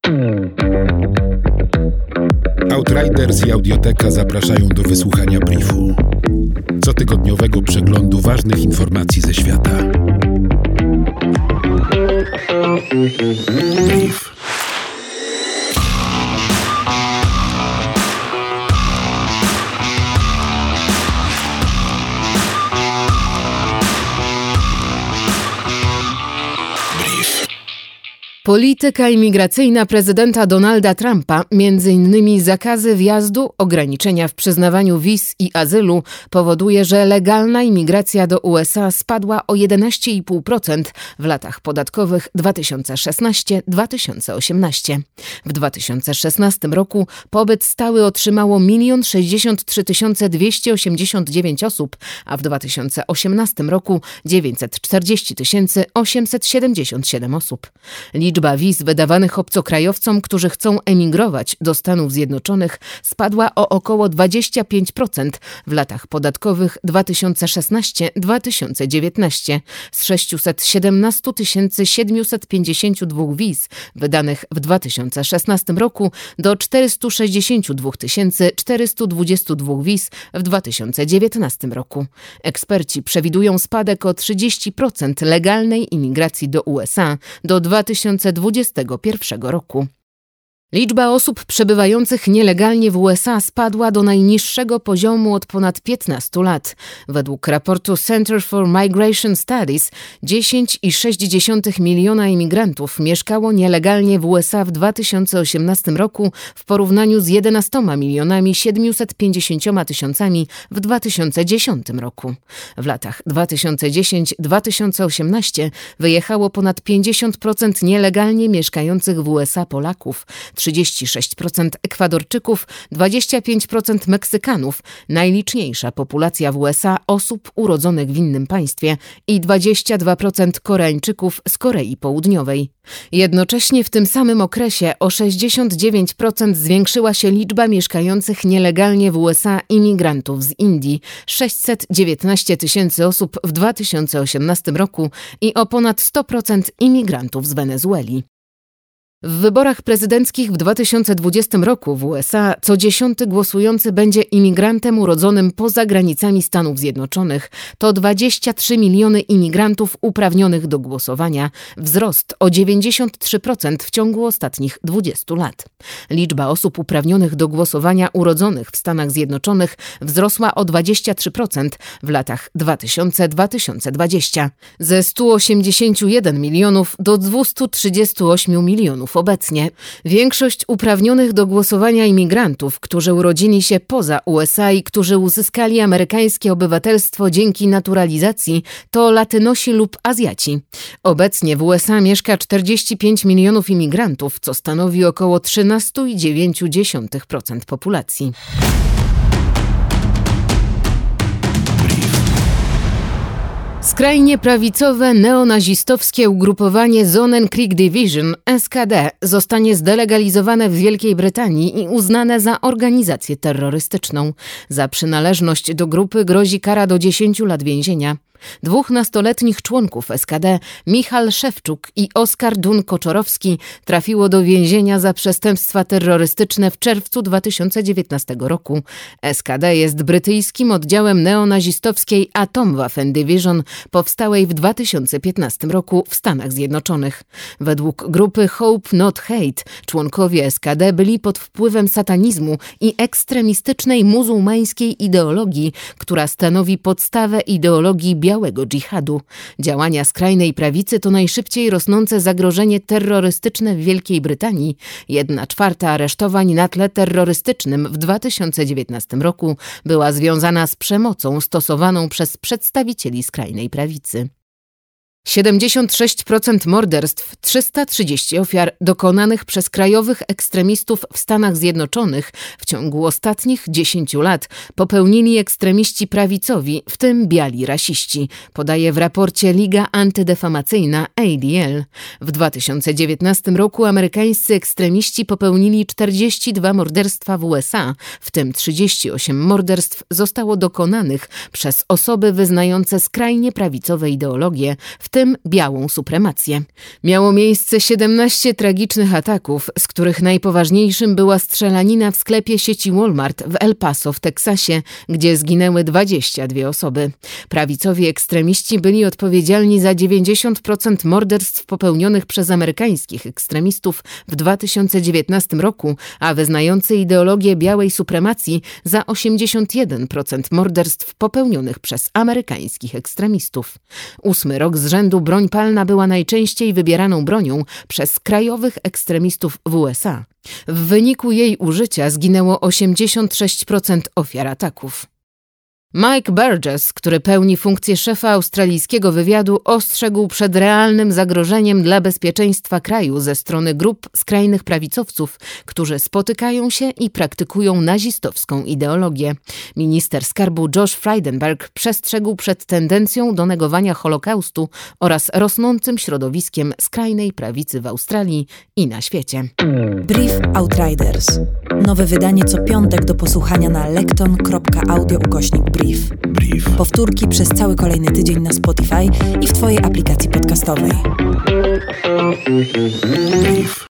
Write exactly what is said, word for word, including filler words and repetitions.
Outriders i Audioteka zapraszają do wysłuchania briefu. Cotygodniowego przeglądu ważnych informacji ze świata. Brief. Polityka imigracyjna prezydenta Donalda Trumpa, między innymi zakazy wjazdu, ograniczenia w przyznawaniu wiz i azylu, powoduje, że legalna imigracja do U S A spadła o jedenaście i pół procent w latach podatkowych dwa tysiące szesnastym do dwa tysiące osiemnastego. W dwa tysiące szesnastym roku pobyt stały otrzymało milion sześćdziesiąt trzy tysiące dwieście osiemdziesiąt dziewięć osób, a w dwa tysiące osiemnastym roku dziewięćset czterdzieści tysięcy osiemset siedemdziesiąt siedem osób. Liczba wiz wydawanych obcokrajowcom, którzy chcą emigrować do Stanów Zjednoczonych, spadła o około dwadzieścia pięć procent w latach podatkowych dwa tysiące szesnastym do dwa tysiące dziewiętnastego z sześćset siedemnaście tysięcy siedemset pięćdziesiąt dwa wiz wydanych w dwa tysiące szesnastym roku do czterysta sześćdziesiąt dwa tysięcy czterysta dwadzieścia dwa wiz w dwa tysiące dziewiętnastym roku. Eksperci przewidują spadek o trzydzieści procent legalnej imigracji do U S A do dwa tysiące dwudziestego pierwszego roku. Liczba osób przebywających nielegalnie w U S A spadła do najniższego poziomu od ponad piętnastu lat. Według raportu Center for Migration Studies dziesięć przecinek sześć miliona imigrantów mieszkało nielegalnie w U S A w dwa tysiące osiemnastym roku w porównaniu z jedenastoma milionami siedmiuset pięćdziesięcioma tysiącami w dwa tysiące dziesiątym roku. W latach dwa tysiące dziesiątym do dwa tysiące osiemnastego wyjechało ponad pięćdziesiąt procent nielegalnie mieszkających w U S A Polaków, trzydzieści sześć procent Ekwadorczyków, dwadzieścia pięć procent Meksykanów, najliczniejsza populacja w U S A osób urodzonych w innym państwie i dwadzieścia dwa procent Koreańczyków z Korei Południowej. Jednocześnie w tym samym okresie o sześćdziesiąt dziewięć procent zwiększyła się liczba mieszkających nielegalnie w U S A imigrantów z Indii, sześćset dziewiętnaście tysięcy osób w dwa tysiące osiemnastym roku i o ponad sto procent imigrantów z Wenezueli. W wyborach prezydenckich w dwa tysiące dwudziestym roku w U S A co dziesiąty głosujący będzie imigrantem urodzonym poza granicami Stanów Zjednoczonych. To dwadzieścia trzy miliony imigrantów uprawnionych do głosowania, wzrost o dziewięćdziesiąt trzy procent w ciągu ostatnich dwudziestu lat. Liczba osób uprawnionych do głosowania urodzonych w Stanach Zjednoczonych wzrosła o dwadzieścia trzy procent w latach dwa tysiące do dwa tysiące dwudziestego, ze stu osiemdziesięciu jeden milionów do dwustu trzydziestu ośmiu milionów obecnie. Większość uprawnionych do głosowania imigrantów, którzy urodzili się poza U S A i którzy uzyskali amerykańskie obywatelstwo dzięki naturalizacji, to Latynosi lub Azjaci. Obecnie w U S A mieszka czterdzieści pięć milionów imigrantów, co stanowi około trzynaście przecinek dziewięć procent populacji. Skrajnie prawicowe neonazistowskie ugrupowanie Sonnenkrieg Division S K D zostanie zdelegalizowane w Wielkiej Brytanii i uznane za organizację terrorystyczną. Za przynależność do grupy grozi kara do dziesięciu lat więzienia. Dwóch nastoletnich członków S K D, Michal Szewczuk i Oskar Dun-Koczorowski, trafiło do więzienia za przestępstwa terrorystyczne w czerwcu dwa tysiące dziewiętnastego roku. S K D jest brytyjskim oddziałem neonazistowskiej Atomwaffen Division, powstałej w dwa tysiące piętnastym roku w Stanach Zjednoczonych. Według grupy Hope Not Hate członkowie S K D byli pod wpływem satanizmu i ekstremistycznej muzułmańskiej ideologii, która stanowi podstawę ideologii białego dżihadu. Działania skrajnej prawicy to najszybciej rosnące zagrożenie terrorystyczne w Wielkiej Brytanii. Jedna czwarta aresztowań na tle terrorystycznym w dwa tysiące dziewiętnastym roku była związana z przemocą stosowaną przez przedstawicieli skrajnej prawicy. siedemdziesiąt sześć procent morderstw, trzysta trzydzieści ofiar dokonanych przez krajowych ekstremistów w Stanach Zjednoczonych w ciągu ostatnich dziesięciu lat popełnili ekstremiści prawicowi, w tym biali rasiści, podaje w raporcie Liga Antydefamacyjna A D L. W dwa tysiące dziewiętnastym roku amerykańscy ekstremiści popełnili czterdzieści dwa morderstwa w U S A, w tym trzydzieści osiem morderstw zostało dokonanych przez osoby wyznające skrajnie prawicowe ideologie, w w tym białą supremację. Miało miejsce siedemnaście tragicznych ataków, z których najpoważniejszym była strzelanina w sklepie sieci Walmart w El Paso w Teksasie, gdzie zginęły dwadzieścia dwie osoby. Prawicowi ekstremiści byli odpowiedzialni za dziewięćdziesiąt procent morderstw popełnionych przez amerykańskich ekstremistów w dwa tysiące dziewiętnastym roku, a wyznający ideologię białej supremacji za osiemdziesiąt jeden procent morderstw popełnionych przez amerykańskich ekstremistów. Ósmy rok z rzędu broń palna była najczęściej wybieraną bronią przez krajowych ekstremistów w U S A. W wyniku jej użycia zginęło osiemdziesiąt sześć procent ofiar ataków. Mike Burgess, który pełni funkcję szefa australijskiego wywiadu, ostrzegł przed realnym zagrożeniem dla bezpieczeństwa kraju ze strony grup skrajnych prawicowców, którzy spotykają się i praktykują nazistowską ideologię. Minister skarbu Josh Frydenberg przestrzegł przed tendencją do negowania Holokaustu oraz rosnącym środowiskiem skrajnej prawicy w Australii i na świecie. Brief Outriders. Nowe wydanie co piątek do posłuchania na lekton kropka audio ukośnik brief. Brief. Powtórki przez cały kolejny tydzień na Spotify i w Twojej aplikacji podcastowej. Brief.